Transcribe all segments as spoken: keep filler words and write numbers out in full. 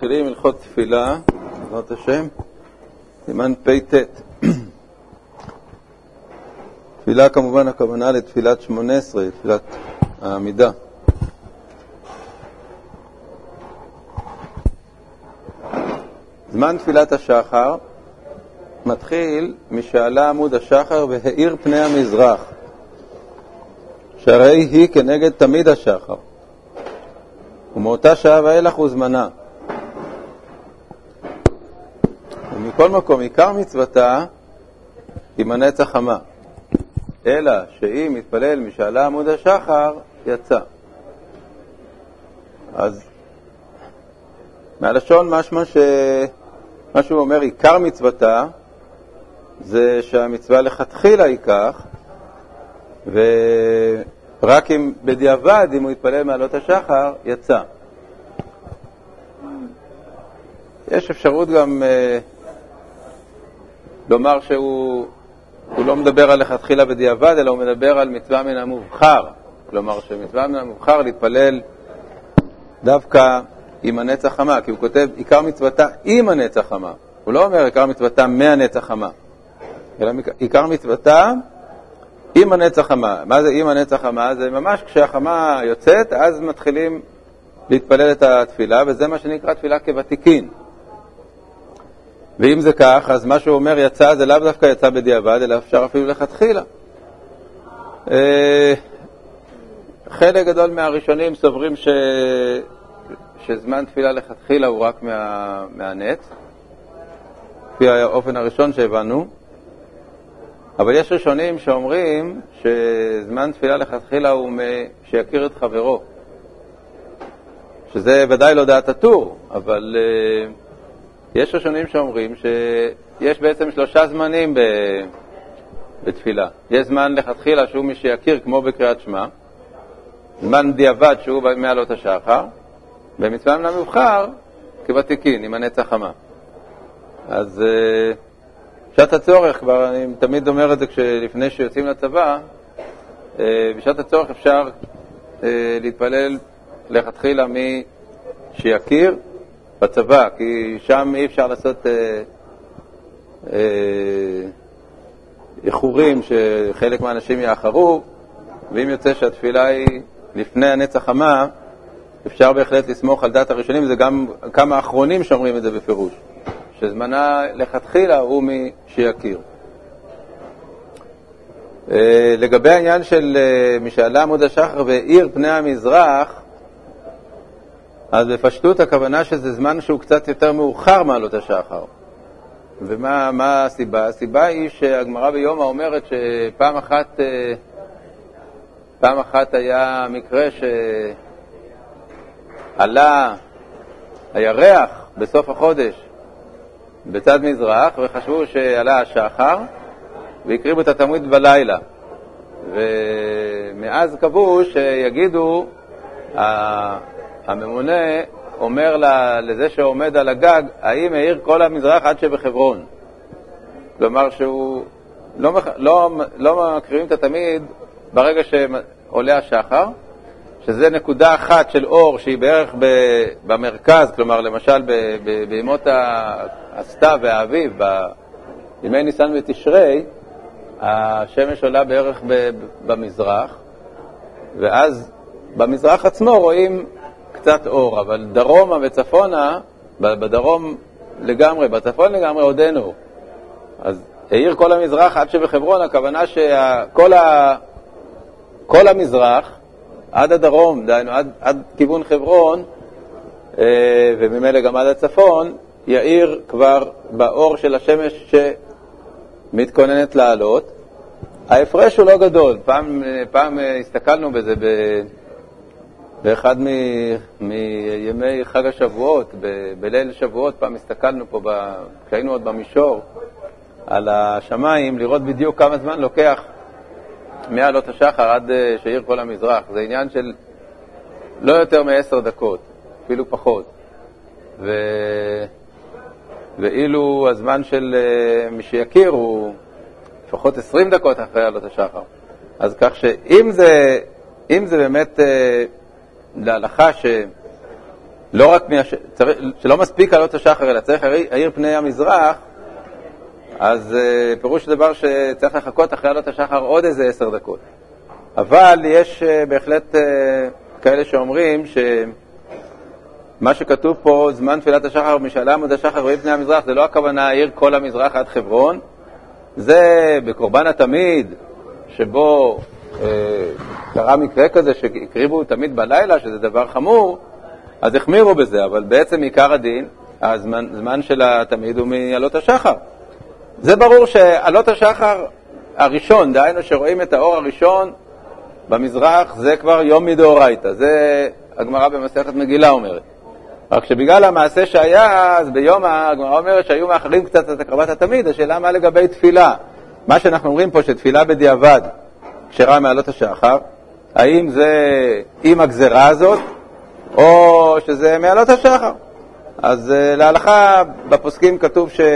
מתחילים הלכות תפילה, בעזרת השם, סימן פ"ט. תפילה כמובן הכוונה לתפילת שמונה עשרה, תפילת העמידה. זמן תפילת השחר מתחיל משעלה עמוד השחר והאיר פני המזרח, שהרי היא כנגד תמיד השחר, ומאותה שעה ואילך הוא זמנה. ומכל מקום עיקר מצוותה היא מנץ החמה, אלא שאם מתפלל משעלה עמוד השחר יצא. אז מהלשון משמע ש... מה שהוא אומר עיקר מצוותה זה שהמצווה לכתחילה היא כך, ורק אם בדיעבד אם הוא יתפלל מעלות השחר יצא. יש אפשרות גם אה, לומר שהוא הוא לא מדבר על לכתחילה בדיעבד, אלא הוא מדבר על מצווה מן המובחר, כלומר שמצווה מן המובחר להתפלל דווקא עם הנץ החמה, כי הוא כותב עיקר מצוותה עם הנץ החמה, הוא לא אומר עיקר מצוותה מהנץ החמה, אלא עיקר מצוותה עם הנץ החמה. מה זה עם הנץ החמה? זה ממש כשהחמה יוצאת אז מתחילים להתפלל את התפילה, וזה מה שנקרא תפילה כוותיקין. ואם זה כך, אז מה שהוא אומר יצא זה לאו דווקא יצא בדיעבד, אלא אפשר אפילו לכתחילה. חלק גדול מהראשונים סוברים ש... שזמן תפילה לכתחילה הוא רק מה... מהנץ, לפי האופן הראשון שהבנו. אבל יש ראשונים שאומרים שזמן תפילה לכתחילה הוא שיכיר את חברו, שזה ודאי לא דעת הטור, אבל uh, יש ראשונים שאומרים שיש בעצם שלושה זמנים ב... בתפילה. יש זמן לכתחילה שהוא מי שיכיר כמו בקריאת שמע, זמן דיעבד שהוא מעלות השחר, במצווה מן המובחר כוותיקין עם הנץ החמה. אז uh, בשעת הצורך, כבר אני תמיד אומר את זה כשלפני שיוצאים לצבא, בשעת הצורך אפשר להתפלל לכתחילה מי שיכיר בצבא, כי שם אי אפשר לעשות איחורים שחלק מהאנשים יאחרו, ואם יוצא שהתפילה היא לפני הנץ החמה, אפשר בהחלט לסמוך על דעת הראשונים, זה גם כמה אחרונים שאומרים את זה בפירוש, שזמנה לכתחילה הוא מי שיכיר. לגבי העניין של משעלה עמוד השחר והאיר פני המזרח, אז בפשטות הכוונה שזה זמן שהוא קצת יותר מאוחר מעלות השחר. ומה מה הסיבה? הסיבה היא שהגמרא ביומא אומרת שפעם אחת פעם אחת היה מקרה שעלה הירח בסוף החודש בצד מזרח, וחשבו שעלה השחר, והקריבו את התמריד בלילה. ומאז קבעו שיגידו, הממונה אומר לזה שעומד על הגג, האם העיר כל המזרח עד שבחברון. כלומר שהוא לא, לא, לא מקריבים את התמיד ברגע שעולה השחר, שזה נקודה אחת של אור שהיא בערך במרכז, כלומר למשל בימות הסתיו והאביב, בימי ניסן ותשרי, השמש עולה בערך במזרח, ואז במזרח עצמו רואים קצת אור, אבל דרומה וצפונה, בדרום לגמרי, בצפון לגמרי עוד אין אור. אז העיר כל המזרח עד שבחברון, הכוונה שכל ה... כל המזרח עד הדרום, דהיינו עד, עד כיוון חברון, וממילא גם עד הצפון, יאיר כבר באור של השמש שמתכוננת לעלות. ההפרש הוא לא גדול. פעם, פעם הסתכלנו בזה ב, באחד מ, מימי חג השבועות, ב, בליל שבועות, פעם הסתכלנו פה, ב, כשהיינו עוד במישור, על השמיים, לראות בדיוק כמה זמן לוקח מעלות השחר עד שהאיר כל המזרח. זה עניין של לא יותר מעשר דקות, אפילו פחות. ו... ואילו הזמן של מי שיכיר הוא לפחות עשרים דקות אחרי עלות השחר. אז כך שאם זה, אם זה באמת להלכה ש... לא רק מהש... צריך... שלא מספיק עלות השחר, אלא צריך העיר פני המזרח, אז uh, פירוש דבר שצריך לחכות אחרי עלות השחר עוד איזה עשר דקות. אבל יש uh, בהחלט uh, כאלה שאומרים שמה שכתוב פה, זמן תפילת השחר משעלה עמוד השחר ועיר פני המזרח, זה לא הכוונה העיר כל המזרח עד חברון, זה בקורבן התמיד, שבו uh, קרה מקרה כזה שהקריבו תמיד בלילה, שזה דבר חמור, אז החמירו בזה, אבל בעצם עיקר הדין, הזמן זמן של התמיד הוא מעלות השחר. זה ברור שעלות השחר הראשון, דהיינו שרואים את האור הראשון במזרח, זה כבר יום מדאורייתא. זה הגמרא במסכת מגילה אומרת. רק שבגלל המעשה שהיה, אז ביום הגמרא אומרת שהיו מאחרים קצת את הקרבת התמיד. השאלה מה לגבי תפילה? מה שאנחנו אומרים פה שתפילה בדיעבד כשרה מעלות השחר, האם זה עם הגזרה הזאת, או שזה מעלות השחר? אז להלכה בפוסקים כתוב ש...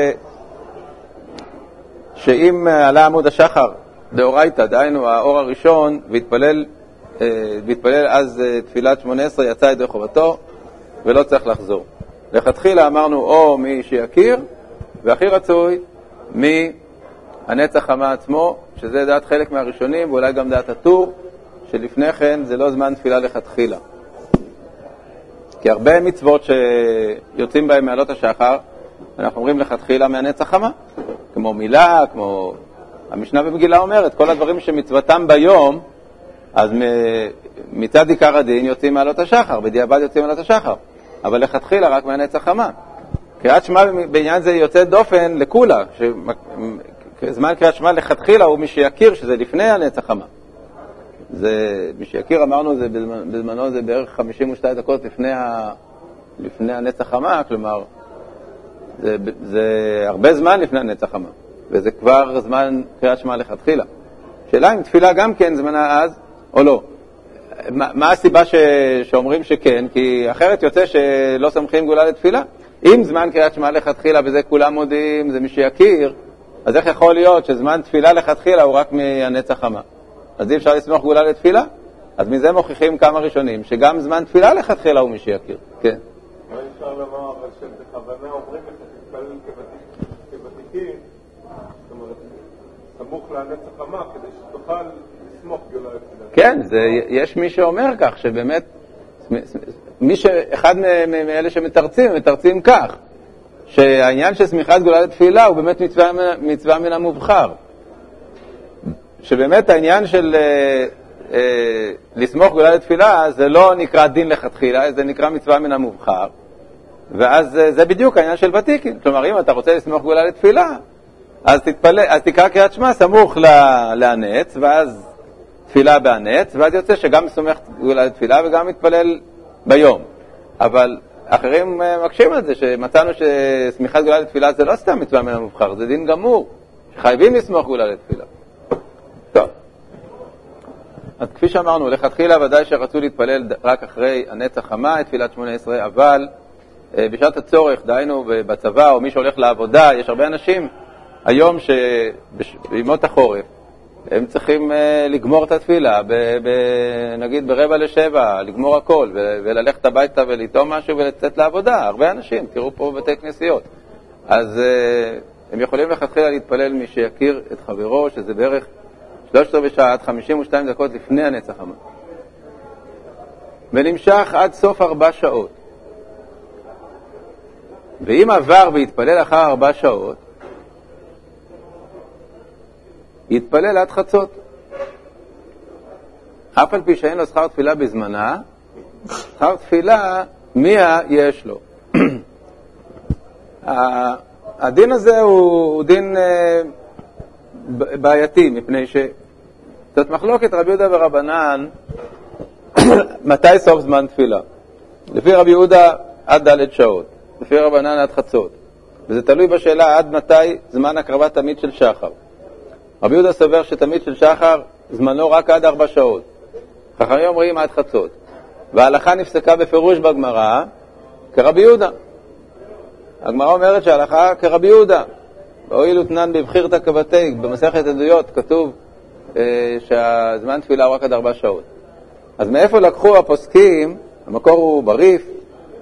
שאם עלה עמוד השחר דאורייתא, דהיינו האור הראשון, והתפלל, והתפלל אז תפילת שמונה עשרה, יצא ידי חובתו ולא צריך לחזור. לכתחילה אמרנו או מי שיכיר, והכי רצוי מהנצח חמה עצמו, שזה דעת חלק מהראשונים ואולי גם דעת הטור, שלפני כן זה לא זמן תפילה לכתחילה. כי הרבה מצוות שיוצאים בהם מעלות השחר, אנחנו אומרים לכתחילה מהנצח חמה, כמו מילה, כמו המשנה במגילה אומרת, כל הדברים שמצוותם ביום, אז מצד עיקר הדין יוצאים מעלות השחר, בדיעבד יוצאים מעלות השחר, אבל לכתחילה רק מהנצח חמה. קריאת שמע בעניין זה יוצא דופן לכולה, זמן קריאת שמע לכתחילה הוא מי שיכיר שזה לפני הנצח חמה. זה, מי שיכיר אמרנו, זה בזמנו, בזמנו זה בערך חמישים ושתיים דקות לפני, ה, לפני הנצח חמה, כלומר, זה, זה הרבה זמן לפני הנצח חמה, וזה כבר זמן קריאת שמע לכתחילה. שאלה אם תפילה גם כן זמנה אז, או לא. מה, מה הסיבה ש, שאומרים שכן? כי אחרת יוצא שלא סמכים גאולה לתפילה. אם זמן קריאת שמע לכתחילה, וזה כולם מודיעים, זה מי שיכיר, אז איך יכול להיות שזמן תפילה לכתחילה הוא רק מהנצח חמה? אז אי אפשר לסמוך גאולה לתפילה? אז מזה מוכיחים כמה ראשונים, שגם זמן תפילה לכתחילה הוא מי שיכיר. כן. מה אפשר לומר, אבל שבכוונה אומרים לך שתתפלל כוותיקים, זאת אומרת, סמוך לנצח חמה, כדי שתוכל לסמוך גאולה לתפילה. כן, זה, יש מי שאומר כך, שבאמת, מי שאחד מאלה שמתרצים, מתרצים כך, שהעניין של סמיכת גאולה לתפילה הוא באמת מצווה, מצווה מן המובחר. שבאמת העניין של אה, אה, לסמוך גאולה לתפילה זה לא נקרא דין לכתחילה, זה נקרא מצווה מן המובחר, ואז אה, זה בדיוק העניין של ותיקין. כלומר, אם אתה רוצה לסמוך גאולה לתפילה, אז, תתפל... אז תקרא קריאת שמע סמוך להנץ, ואז תפילה בהנץ, ואז יוצא שגם סומך גאולה לתפילה וגם מתפלל ביום. אבל אחרים אה, מקשים על זה, שמצאנו שסמיכת גאולה לתפילה זה לא סתם מצווה מן המובחר, זה דין גמור, שחייבים לסמוך גאולה לתפילה. טוב, אז כפי שאמרנו, לכתחילה ודאי שרצו להתפלל רק אחרי הנצח חמה את תפילת שמונה עשרה, אבל אה, בשעת הצורך, דהיינו בצבא או מי שהולך לעבודה, יש הרבה אנשים היום שבימות החורף הם צריכים אה, לגמור את התפילה, ב, ב, נגיד ברבע לשבע, לגמור הכל ו, וללכת הביתה ולטעום משהו ולצאת לעבודה. הרבה אנשים, תראו פה בבתי כנסיות. אז אה, הם יכולים לכתחילה להתפלל מי שיכיר את חברו, שזה בערך שלושת רבעי שעה עד חמישים ושתיים דקות לפני הנצח חמה. ונמשך עד סוף ארבע שעות. ואם עבר והתפלל אחר ארבע שעות, יתפלל עד חצות. אף על פי שאין לו שכר תפילה בזמנה, שכר תפילה מאה יש לו. הדין הזה הוא דין בעייתי, מפני ש... זאת מחלוקת רבי יהודה ורבנן, מתי סוף זמן תפילה? לפי רבי יהודה עד ד' שעות, לפי רבנן עד חצות. וזה תלוי בשאלה עד מתי זמן הקרבה תמיד של שחר. רבי יהודה סובר שתמיד של שחר זמנו רק עד ארבע שעות. חכמים אומרים עד חצות. וההלכה נפסקה בפירוש בגמרא כרבי יהודה. הגמרא אומרת שההלכה כרבי יהודה. ואוי לותנן בבחירתא כבתי, במסכת עדויות כתוב אה, שהזמן תפילה הוא רק עד ארבע שעות. אז מאיפה לקחו הפוסקים, המקור הוא בריף,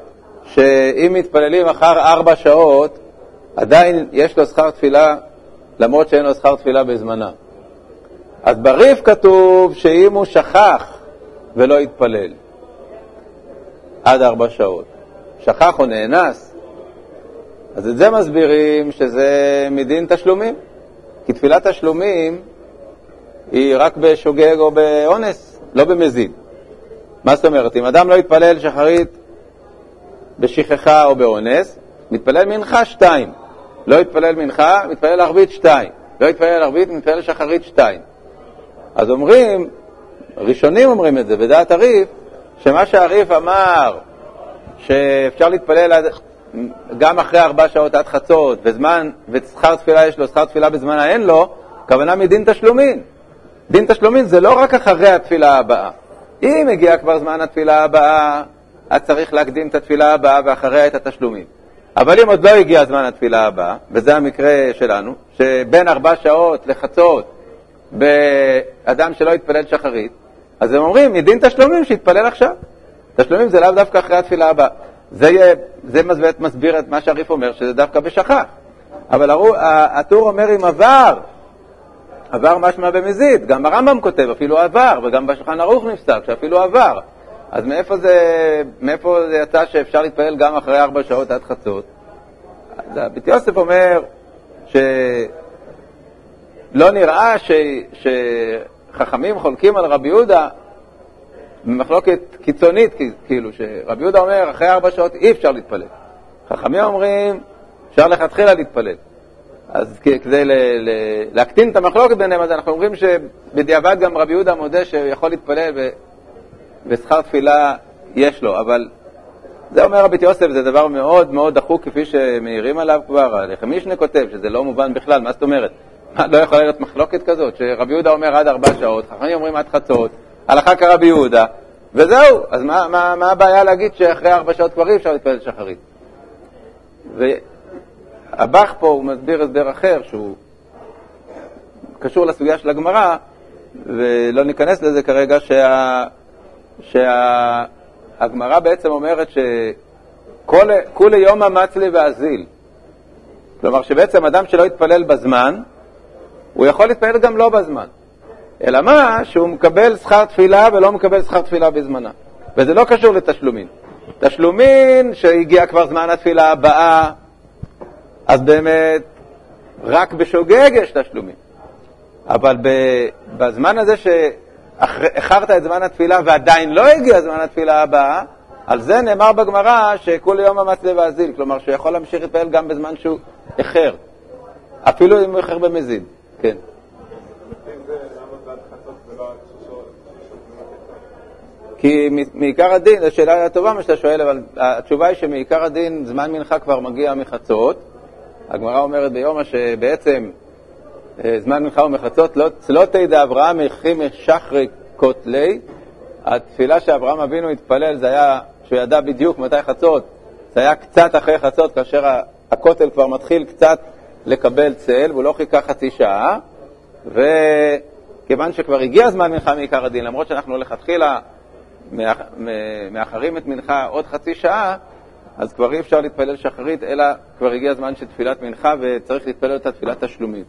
שאם מתפללים אחר ארבע שעות, עדיין יש לו שכר תפילה, למרות שאין לו שכר תפילה בזמנה. אז בריף כתוב שאם הוא שכח ולא התפלל עד ארבע שעות, שכח או נאנס, אז את זה מסבירים שזה מדין תשלומים. כי תפילת תשלומים היא רק בשוגג או באונס, לא במזיד. מה זאת אומרת? אם אדם לא יתפלל שחרית בשכחה או באונס, מתפלל מנחה שתיים. לא יתפלל מנחה, מתפלל ערבית שתיים. לא יתפלל ערבית, מתפלל שחרית שתיים. אז אומרים, ראשונים אומרים את זה, בדעת הריף, שמה שהריף אמר, שאפשר להתפלל עד, גם אחרי ארבע שעות עד חצות, וזמן, ושכר תפילה יש לו, שכר תפילה בזמן אין לו, כוונה מדין תשלומין. דין תשלומין זה לא רק אחרי התפילה הבאה. אם הגיע כבר זמן התפילה הבאה, אז צריך להקדים את התפילה הבאה ואחריה את התשלומים. אבל אם עוד לא הגיע זמן התפילה הבאה, וזה המקרה שלנו, שבין ארבע שעות לחצות, באדם שלא יתפלל שחרית, אז הם אומרים, מדין תשלומים שיתפלל עכשיו. תשלומים זה לאו דווקא אחרי התפילה הבאה. זה, זה מסביר את מה שהריף אומר, שזה דווקא בשכח. אבל הטור אומר אם עבר, עבר משמע במזיד, גם הרמב"ם כותב, אפילו עבר, וגם בשולחן ערוך נפסק, שאפילו עבר. אז מאיפה זה, מאיפה זה יצא שאפשר להתפלל גם אחרי ארבע שעות עד חצות? אז בית יוסף אומר שלא נראה ש, שחכמים חולקים על רבי יהודה במחלוקת קיצונית, כאילו שרבי יהודה אומר אחרי ארבע שעות אי אפשר להתפלל. חכמים אומרים אפשר לכתחילה להתפלל. אז כדי ל, ל, להקטין את המחלוקת ביניהם, אז אנחנו אומרים שבדיעבד גם רבי יהודה מודה שיכול להתפלל ו, ושכר תפילה יש לו, אבל זה אומר רבי יוסף, זה דבר מאוד מאוד דחוק כפי שמעירים עליו כבר, לחמישנה כותב שזה לא מובן בכלל, מה זאת אומרת? מה, לא יכול להיות מחלוקת כזאת, שרבי יהודה אומר עד ארבע שעות, חכמים אומרים עד חצות, הלכה כרבי יהודה, וזהו, אז מה, מה, מה הבעיה להגיד שאחרי ארבע שעות כבר אי אפשר להתפלל שחרית? והבח פה הוא מסביר הסבר אחר, שהוא קשור לסוגיה של הגמרא, ולא ניכנס לזה כרגע, שה... שהגמרא בעצם אומרת שכל יום המצלי והזיל, כלומר שבעצם אדם שלא יתפלל בזמן, הוא יכול להתפלל גם לא בזמן, אלא מה? שהוא מקבל שכר תפילה ולא מקבל שכר תפילה בזמנה, וזה לא קשור לתשלומין. תשלומין שהגיע כבר זמן התפילה הבאה, אז באמת רק בשוגג יש תשלומין, אבל בזמן הזה ש... אחרת את זמן התפילה ועדיין לא הגיע זמן התפילה הבאה, על זה נאמר בגמרא שכל יום המצלה והזיל, כלומר שהוא יכול להמשיך להתפלל גם בזמן שהוא אחר, אפילו אם הוא אחר במזיד. כן. כי מעיקר הדין, זו שאלה טובה מה שאתה שואל, אבל התשובה היא שמעיקר הדין זמן מנחה כבר מגיע מחצות. הגמרא אומרת ביום שבעצם זמן מנחה ומחצות, לא תדע אברהם הכי משחרי כותלי. התפילה שאברהם אבינו התפלל, זה היה, שהוא ידע בדיוק מתי חצות, זה היה קצת אחרי חצות, כאשר הכותל כבר מתחיל קצת לקבל צל, והוא לא חיכה חצי שעה, וכיוון שכבר הגיע זמן מנחה מעיקר הדין, למרות שאנחנו לכתחילה מאחרים את מנחה עוד חצי שעה, אז כבר אי אפשר להתפלל שחרית, אלא כבר הגיע זמן של תפילת מנחה, וצריך להתפלל אותה תפילת תשלומים.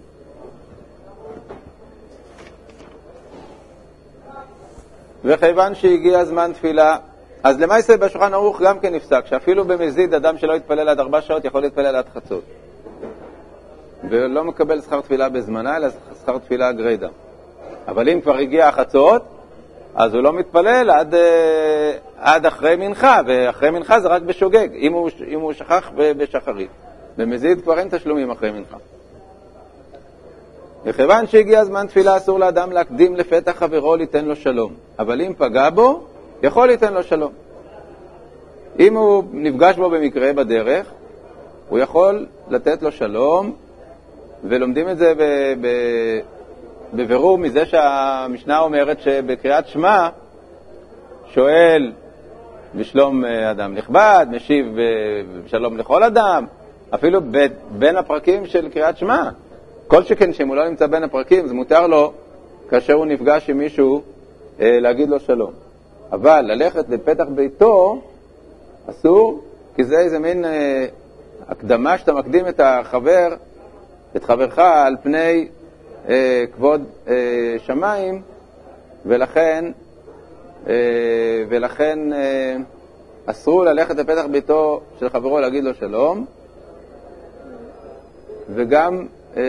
וכיוון שהגיע זמן תפילה, אז למעשה בשולחן ערוך גם כן נפסק, שאפילו במזיד אדם שלא יתפלל עד ארבע שעות יכול להתפלל עד חצות. ולא מקבל שכר תפילה בזמנה, אלא שכר תפילה גרידה. אבל אם כבר הגיע החצות, אז הוא לא מתפלל עד, עד אחרי מנחה, ואחרי מנחה זה רק בשוגג, אם הוא, אם הוא שכח בשחרית. במזיד כבר אין תשלומים אחרי מנחה. וכיוון שהגיע זמן תפילה, אסור לאדם להקדים לפתח חברו ליתן לו שלום. אבל אם פגע בו, יכול ליתן לו שלום. אם הוא נפגש בו במקרה בדרך, הוא יכול לתת לו שלום, ולומדים את זה ב... ב... בבירור מזה שהמשנה אומרת שבקריאת שמע שואל בשלום אדם נכבד, משיב בשלום לכל אדם, אפילו בין הפרקים של קריאת שמע. כל שכן שאם הוא לא נמצא בין הפרקים, זה מותר לו כאשר הוא נפגש עם מישהו להגיד לו שלום. אבל ללכת לפתח ביתו אסור, כי זה איזה מין אה, הקדמה שאתה מקדים את החבר, את חברך על פני אה, כבוד אה, שמיים, ולכן, אה, ולכן אה, אסרו ללכת לפתח ביתו של חברו להגיד לו שלום, וגם אה,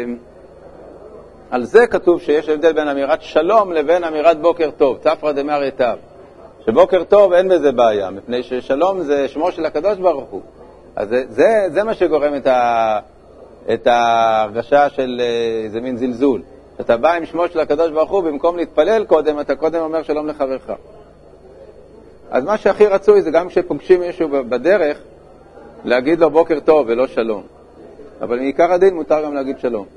על זה כתוב שיש הבדל בין אמירת שלום לבין אמירת בוקר טוב, תפרא דמרי תב. שבוקר טוב אין בזה בעיה, מפני ששלום זה שמו של הקדוש ברוך הוא. אז זה, זה, זה מה שגורם את, ה, את ההרגשה של איזה מין זלזול. אתה בא עם שמו של הקדוש ברוך הוא, במקום להתפלל קודם, אתה קודם אומר שלום לחברך. אז מה שהכי רצוי זה גם כשפוגשים מישהו בדרך, להגיד לו בוקר טוב ולא שלום. אבל מעיקר הדין מותר גם להגיד שלום.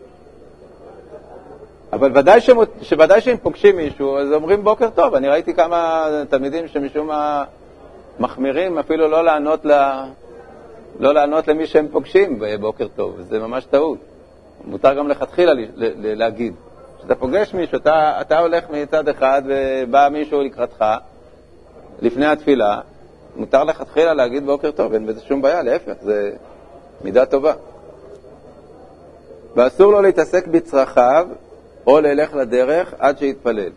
אבל ודאי, שמות, שוודאי שהם פוגשים מישהו, אז אומרים בוקר טוב. אני ראיתי כמה תלמידים שמשום מה מחמירים, אפילו לא לענות, ל... לא לענות למי שהם פוגשים בבוקר טוב. זה ממש טעות. מותר גם לכתחילה ל... ל... להגיד. כשאתה פוגש מישהו, אתה, אתה הולך מצד אחד ובא מישהו לקראתך, לפני התפילה, מותר לכתחילה להגיד בוקר טוב. אין בזה שום בעיה, להפך, זה מידה טובה. ואסור לו להתעסק בצרכיו, או ללך לדרך עד שיתפלל.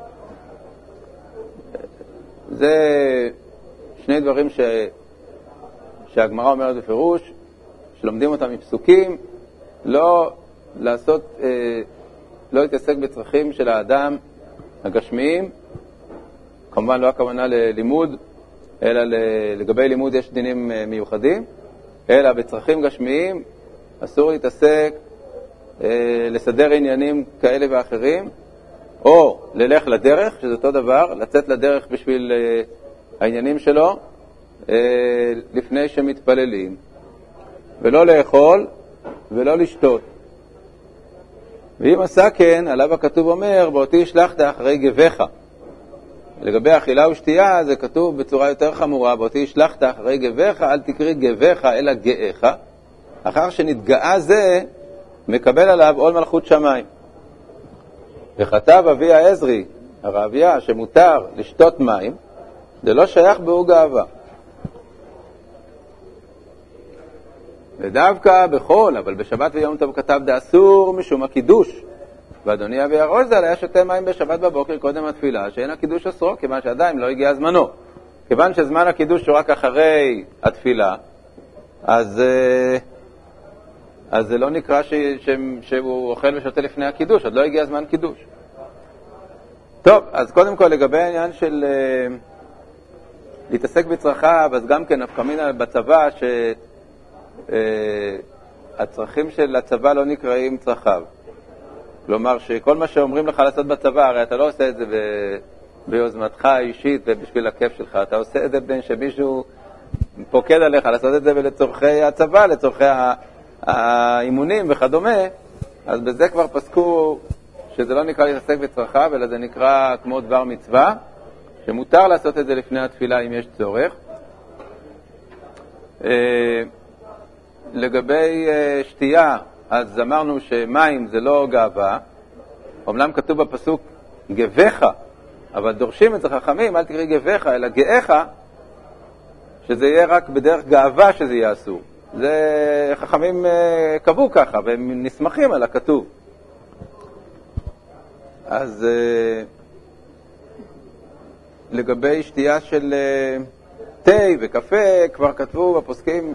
זה שני דברים ש... שהגמרא אומרת בפירוש, שלומדים אותם מפסוקים, לא לעשות, אה, לא להתעסק בצרכים של האדם הגשמיים, כמובן לא הכוונה ללימוד, אלא לגבי לימוד יש דינים מיוחדים, אלא בצרכים גשמיים אסור להתעסק, לסדר עניינים כאלה ואחרים, או ללך לדרך, שזה אותו דבר, לצאת לדרך בשביל העניינים שלו, לפני שמתפללים, ולא לאכול ולא לשתות. ואם עשה כן, עליו הכתוב אומר, באותי שלחת אחרי גבך. לגבי אכילה ושתייה, זה כתוב בצורה יותר חמורה, באותי שלחת אחרי גבך, אל תקריא גבך אלא גאך, אחר שנתגאה זה, מקבל עליו עול מלכות שמיים. וכתב אבי העזרי, הרעביה, שמותר לשתות מים, זה לא שייך בהו גאווה. ודווקא בחול, אבל בשבת ויום טוב כתב דאסור משום הקידוש. ואדוני אבי הרוזל היה שותה מים בשבת בבוקר קודם התפילה, שאין הקידוש אסרו, כיוון שעדיין לא הגיע זמנו. כיוון שזמן הקידוש הוא רק אחרי התפילה, אז... אז זה לא נקרא ש... ש... שהוא אוכל ושותה לפני הקידוש, עוד לא הגיע זמן קידוש. טוב, אז קודם כל לגבי העניין של uh, להתעסק בצרכיו, אז גם כן הפכמינה בצבא שהצרכים uh, של הצבא לא נקראים צרכיו. כלומר שכל מה שאומרים לך לעשות בצבא, הרי אתה לא עושה את זה ב... ביוזמתך האישית ובשביל הכיף שלך, אתה עושה את זה בין שמישהו פוקד עליך לעשות את זה ולצורכי הצבא, לצורכי ה... האימונים וכדומה, אז בזה כבר פסקו שזה לא נקרא להתעסק בצרכיו, אלא זה נקרא כמו דבר מצווה, שמותר לעשות את זה לפני התפילה אם יש צורך. לגבי שתייה, אז אמרנו שמים זה לא גאווה, אומנם כתוב בפסוק גבך, אבל דורשים את זה חכמים, אל תקריא גבך אלא גאך, שזה יהיה רק בדרך גאווה שזה יהיה אסור. זה חכמים קבעו ככה, והם נסמכים על הכתוב. אז לגבי שתייה של תה וקפה, כבר כתבו בפוסקים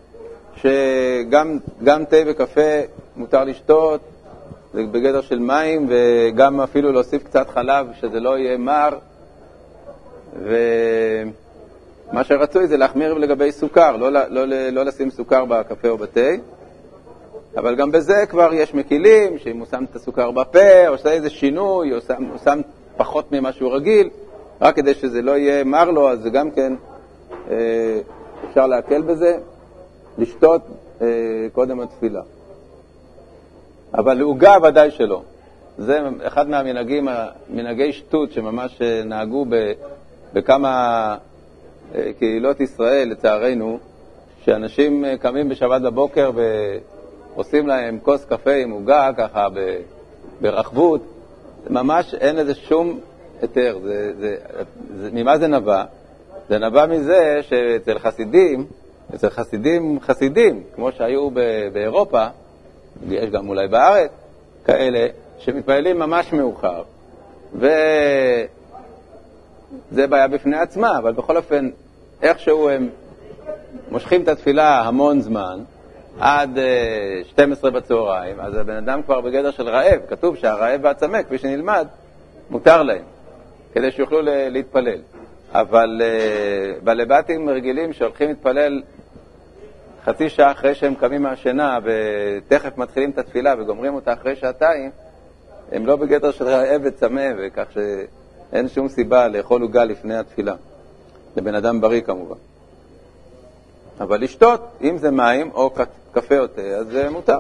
שגם גם תה וקפה מותר לשתות, זה בגדר של מים, וגם אפילו להוסיף קצת חלב, שזה לא יהיה מר, ו... מה שרצוי זה להחמיר לגבי סוכר, לא, לא, לא, לא לשים סוכר בקפה או בתה, אבל גם בזה כבר יש מקילים, שאם הוא שם את הסוכר בפה, או עושה איזה שינוי, או שם, או שם פחות ממה שהוא רגיל, רק כדי שזה לא יהיה מר לו, אז זה גם כן אה, אפשר להקל בזה, לשתות אה, קודם התפילה. אבל לעוגה ודאי שלא. זה אחד מהמנהגים, מנהגי שטות שממש נהגו ב, בכמה... קהילות ישראל, לצערנו, שאנשים קמים בשבת בבוקר ועושים להם כוס קפה עם עוגה, ככה ברחבות, ממש אין לזה שום היתר. זה, זה, זה, ממה זה נבע? זה נבע מזה שאצל חסידים, אצל חסידים חסידים, כמו שהיו באירופה, יש גם אולי בארץ, כאלה שמתפללים ממש מאוחר, וזה בעיה בפני עצמה, אבל בכל אופן, איכשהו הם מושכים את התפילה המון זמן, עד שתים עשרה בצהריים, אז הבן אדם כבר בגדר של רעב, כתוב שהרעב והצמא, כפי שנלמד, מותר להם, כדי שיוכלו להתפלל. אבל uh, בלבטים רגילים שהולכים להתפלל חצי שעה אחרי שהם קמים מהשינה ותכף מתחילים את התפילה וגומרים אותה אחרי שעתיים, הם לא בגדר של רעב וצמא, וכך שאין שום סיבה לאכול עוגה לפני התפילה. לבן אדם בריא כמובן. אבל לשתות, אם זה מים או קפה או תה, אז זה מותר.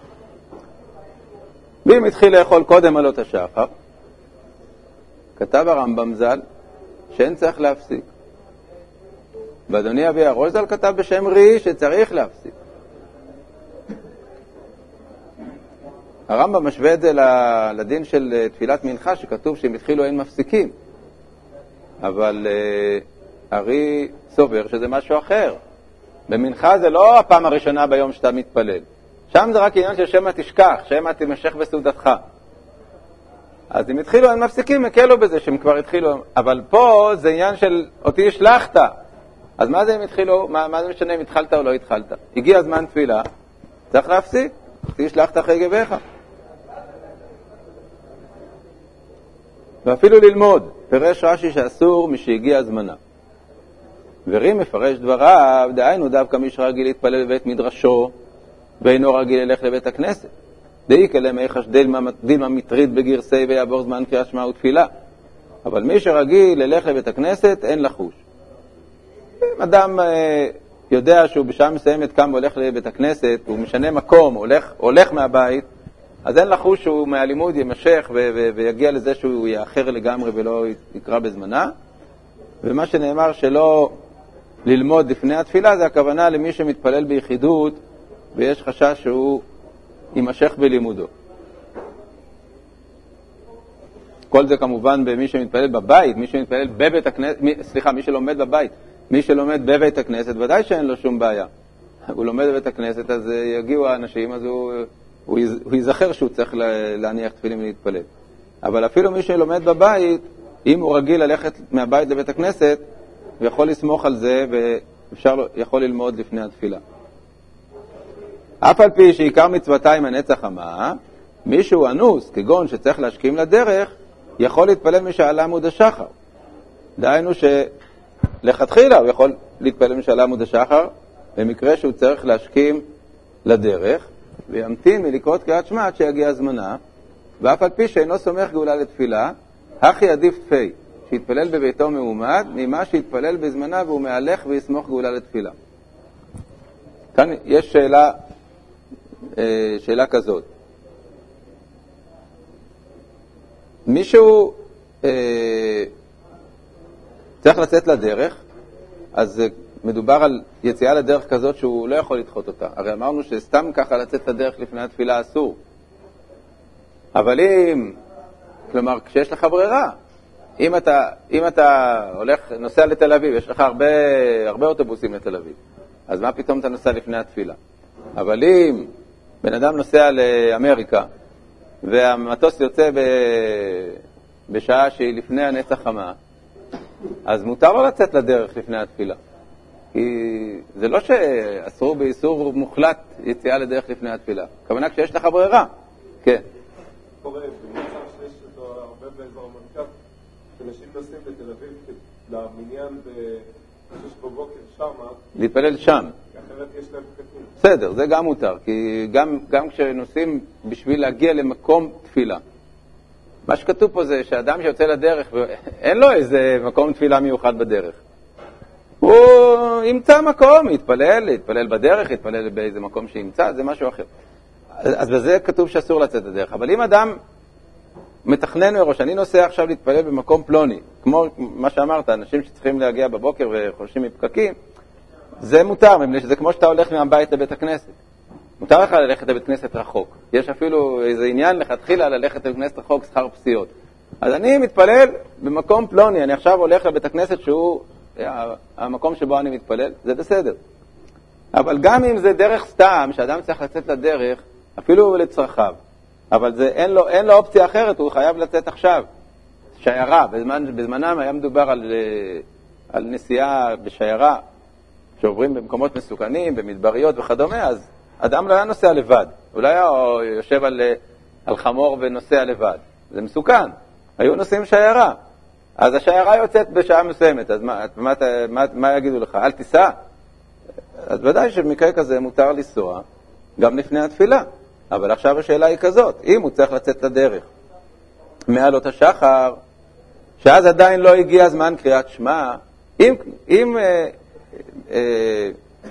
ואם התחיל לאכול קודם עלות השחר, כתב הרמב"ם ז"ל, שאין צריך להפסיק. ואדוני אבי הראש ז"ל כתב בשם רי שצריך להפסיק. הרמב"ם משווה את זה לדין של תפילת מנחה, שכתוב שהם התחילו אין מפסיקים. אבל הרי סובר שזה משהו אחר. במנחה זה לא הפעם הראשונה ביום שאתה מתפלל. שם זה רק עניין של שמא תשכח, שמא תמשך בסעודתך. אז אם התחילו, הם מפסיקים, הקלו בזה שהם כבר התחילו. אבל פה זה עניין של אותי השלחת. אז מה זה אם התחילו? מה, מה זה משנה אם התחלת או לא התחלת? הגיע הזמן תפילה, צריך להפסיק. אותי השלחת אחרי גביך. ואפילו ללמוד. פירש רש"י שאסור משהגיע הזמנה. ורי מפרש דבריו, דהיינו דווקא מי שרגיל להתפלל בבית מדרשו, ואינו רגיל ללך לבית הכנסת. דאי כלם איחש דילמה מטריד בגרסי ויעבור זמן קריאת שמע ותפילה. אבל מי שרגיל ללך לבית הכנסת, אין לחוש. אם אדם אה, יודע שהוא בשעה מסיימת קם והולך לבית הכנסת, הוא משנה מקום, הולך, הולך מהבית, אז אין לחוש שהוא מהלימוד ימשך ו- ו- ויגיע לזה שהוא יאחר לגמרי ולא יקרא בזמנה. ומה שנאמר שלא ללמוד לפני התפילה, זה הכוונה למי שמתפלל ביחידות, ויש חשש שהוא יימשך בלימודו. כל זה כמובן במי שמתפלל בבית, מי שמתפלל בבית הכנסת, מי, סליחה, מי שלומד בבית, מי שלומד בבית הכנסת, ודאי שאין לו שום בעיה. הוא לומד בבית הכנסת, אז יגיעו האנשים, אז הוא, הוא, הוא יזכר שהוא צריך להניח תפילים ולהתפלל. אבל אפילו מי שלומד בבית, אם הוא רגיל ללכת מהבית לבית הכנסת, הוא יכול לסמוך על זה, ואפשר, יכול ללמוד לפני התפילה. אף על פי שעיקר מצוותיים הנצח חמה, מישהו אנוס, כגון שצריך להשכים לדרך, יכול להתפלל משעלה עמוד השחר. דהיינו שלכתחילה הוא יכול להתפלל משעלה עמוד השחר, במקרה שהוא צריך להשכים לדרך, וימתין מלקרות קריאת שמע עד שיגיע הזמנה, ואף על פי שאינו סומך גאולה לתפילה, הכי עדיף תפי, שיתפלל בביתו מעומד, ממה שיתפלל בזמנה והוא מהלך ויסמוך גאולה לתפילה. כאן יש שאלה, שאלה כזאת. מישהו אה, צריך לצאת לדרך, אז מדובר על יציאה לדרך כזאת שהוא לא יכול לדחות אותה. הרי אמרנו שסתם ככה לצאת לדרך לפני התפילה אסור. אבל אם, כלומר, כשיש לך ברירה, אם אתה, אם אתה הולך, נוסע לתל אביב, יש לך הרבה, הרבה אוטובוסים לתל אביב, אז מה פתאום אתה נוסע לפני התפילה? אבל אם בן אדם נוסע לאמריקה, והמטוס יוצא ב... בשעה שהיא לפני הנצח חמה, אז מותר לו לצאת לדרך לפני התפילה. כי זה לא שאסור באיסור מוחלט יציאה לדרך לפני התפילה. כמובן כשיש לך ברירה. כן. קורה, במצב שיש אותו הרבה באזור המרכז, שאנשים נוסעים לתל אביב למניין בשש בבוקר שמה, להתפלל שם. אחרת יש להם פקקים. בסדר, זה גם מותר, כי גם, גם כשנוסעים בשביל להגיע למקום תפילה. מה שכתוב פה זה שאדם שיוצא לדרך, אין לו איזה מקום תפילה מיוחד בדרך. הוא ימצא מקום, יתפלל, יתפלל בדרך, יתפלל באיזה מקום שימצא, זה משהו אחר. אז בזה כתוב שאסור לצאת לדרך. אבל אם אדם מתכנן מראש, אני נוסע עכשיו להתפלל במקום פלוני, כמו מה שאמרת, אנשים שצריכים להגיע בבוקר וחוששים מפקקים, זה מותר, זה כמו שאתה הולך מהבית לבית הכנסת. מותר לך ללכת לבית כנסת רחוק. יש אפילו איזה עניין לכתחילה ללכת לבית כנסת רחוק שכר פסיעות. אז אני מתפלל במקום פלוני, אני עכשיו הולך לבית הכנסת שהוא המקום שבו אני מתפלל, זה בסדר. אבל גם אם זה דרך סתם, שאדם צריך לצאת לדרך, אפילו לצרכיו, אבל זה, אין לו, אין לו אופציה אחרת, הוא חייב לצאת עכשיו. שיירה, בזמן, בזמנם היה מדובר על, על נסיעה בשיירה, שעוברים במקומות מסוכנים, במדבריות וכדומה, אז אדם לא היה נוסע לבד, הוא לא היה יושב על, על חמור ונוסע לבד, זה מסוכן, היו נוסעים שיירה, אז השיירה יוצאת בשעה מסוימת, אז מה, מה, מה, מה יגידו לך? אל תיסע? אז ודאי שבמקרה כזה מותר לנסוע, גם לפני התפילה, אבל עכשיו השאלה היא כזאת, אם הוא צריך לצאת לדרך מעלות השחר, שאז עדיין לא הגיע זמן קריאת שמע, אם, אם אה, אה,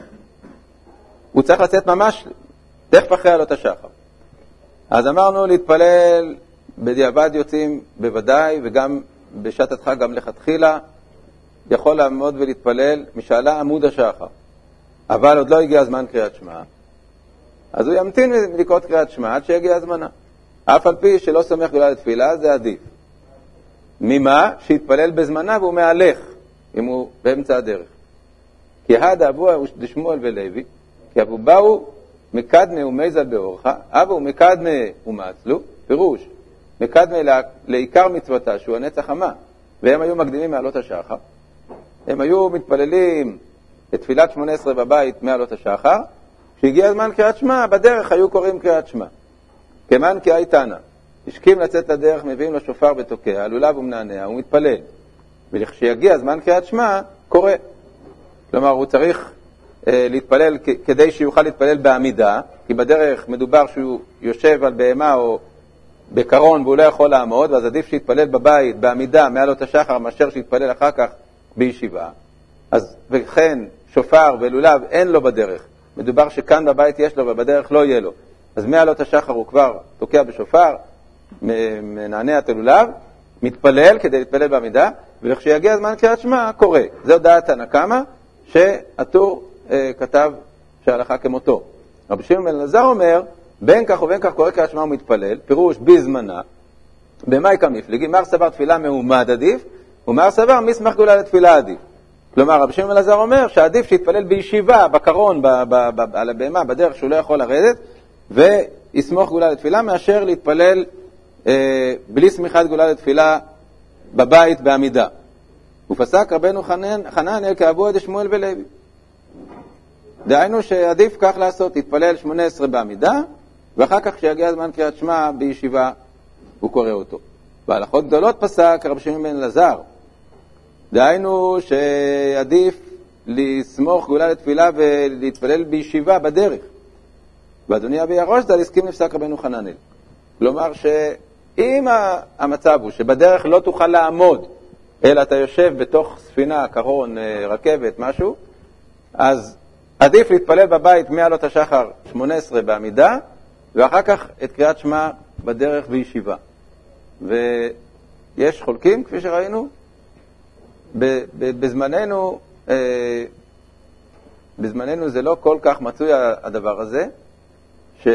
הוא צריך לצאת ממש תכף אחרי עלות השחר, אז אמרנו להתפלל בדיעבד יוצאים בוודאי, וגם בשעת הדחק גם לכתחילה, יכול לעמוד ולהתפלל משאלה עמוד השחר, אבל עוד לא הגיע זמן קריאת שמע, אז הוא ימתין לקרוא קריאת שמע עד שיגיע הזמנה. אף על פי שלא סומך גדולה לתפילה, זה עדיף. ממה? שיתפלל בזמנה והוא מהלך, אם הוא באמצע הדרך. כי הדה אבוה דשמואל ולוי, כי אבו באו מקדמה ומזל באורחה, אבו מקדמה ומעצלו, פירוש, מקדמה לעיקר מצוותה, שהוא הנצח המה, והם היו מקדימים מעלות השחר. הם היו מתפללים את תפילת שמונה עשרה בבית מעלות השחר, כשהגיע הזמן קריאת שמע, בדרך היו קוראים קריאת שמע. כמן כי הייתנה, השכים לצאת לדרך, מביאים לו שופר ותוקע, לולב ומנענע, הוא מתפלל. וכשיגיע הזמן קריאת שמע, קורא. כלומר, הוא צריך אה, להתפלל כ- כדי שיוכל להתפלל בעמידה, כי בדרך מדובר שהוא יושב על בהמה או בקרון והוא לא יכול לעמוד, ואז עדיף שיתפלל בבית, בעמידה, מעלות השחר, מאשר שיתפלל אחר כך בישיבה. אז וכן, שופר ולולב אין לו בדרך. מדובר שכאן בבית יש לו ובדרך לא יהיה לו. אז מעלות השחר הוא כבר תוקע בשופר, מנענע את הלולב, מתפלל כדי להתפלל בעמידה, וכשיגיע הזמן קריאת שמע, קורא. זו דעת תנא קמא, שהטור אה, כתב שההלכה כמותו. רבי שמעון בן אלעזר אומר, בין כך ובין כך קורא קריאת שמע ומתפלל, פירוש בזמנה, במאי כמפלגי, מר סבר תפילה מעומד עדיף, ומר סבר מסמך גאולה לתפילה עדיף. כלומר, רבי שמעון בן אלעזר אומר שעדיף שיתפלל בישיבה, בקרון, ב- ב- ב- על הבהמה, בדרך שהוא לא יכול לרדת, ויסמוך גאולה לתפילה, מאשר להתפלל אה, בלי סמיכת גאולה לתפילה בבית בעמידה. ופסק רבנו חנן, חנן כאבוה דשמואל ולוי. דהיינו שעדיף כך לעשות, להתפלל שמונה עשרה בעמידה, ואחר כך כשיגיע הזמן קריאת שמע בישיבה, הוא קורא אותו. בהלכות גדולות פסק רבי שמעון בן אלעזר. דהיינו שעדיף לסמוך גאולה לתפילה ולהתפלל בישיבה בדרך. ואדוני אבי הראש ז"ל הסכים לפסק רבנו חננאל. כלומר שאם המצב הוא שבדרך לא תוכל לעמוד, אלא אתה יושב בתוך ספינה, קרון, רכבת, משהו, אז עדיף להתפלל בבית מעלות השחר שמונה עשרה בעמידה, ואחר כך את קריאת שמע בדרך בישיבה. ויש חולקים, כפי שראינו, בזמננו, בזמננו זה לא כל כך מצוי הדבר הזה, ש...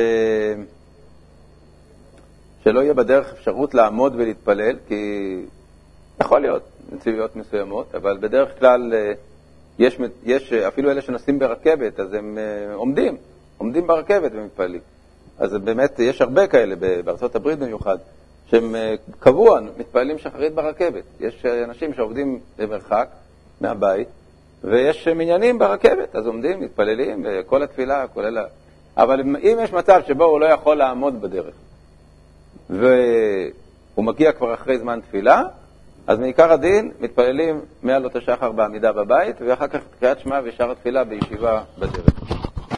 שלא יהיה בדרך אפשרות לעמוד ולהתפלל, כי יכול להיות נציבויות מסוימות, אבל בדרך כלל יש, יש אפילו אלה שנוסעים ברכבת, אז הם עומדים, עומדים ברכבת ומתפללים. אז באמת יש הרבה כאלה, בארצות הברית במיוחד, שהם קבוע, מתפללים שחרית ברכבת. יש אנשים שעובדים במרחק מהבית, ויש מניינים ברכבת, אז עומדים, מתפללים, כל התפילה, כולל... אבל אם יש מצב שבו הוא לא יכול לעמוד בדרך, והוא מגיע כבר אחרי זמן תפילה, אז מעיקר הדין מתפללים מעלות השחר בעמידה בבית, ואחר כך קריאת שמע ושאר התפילה בישיבה בדרך.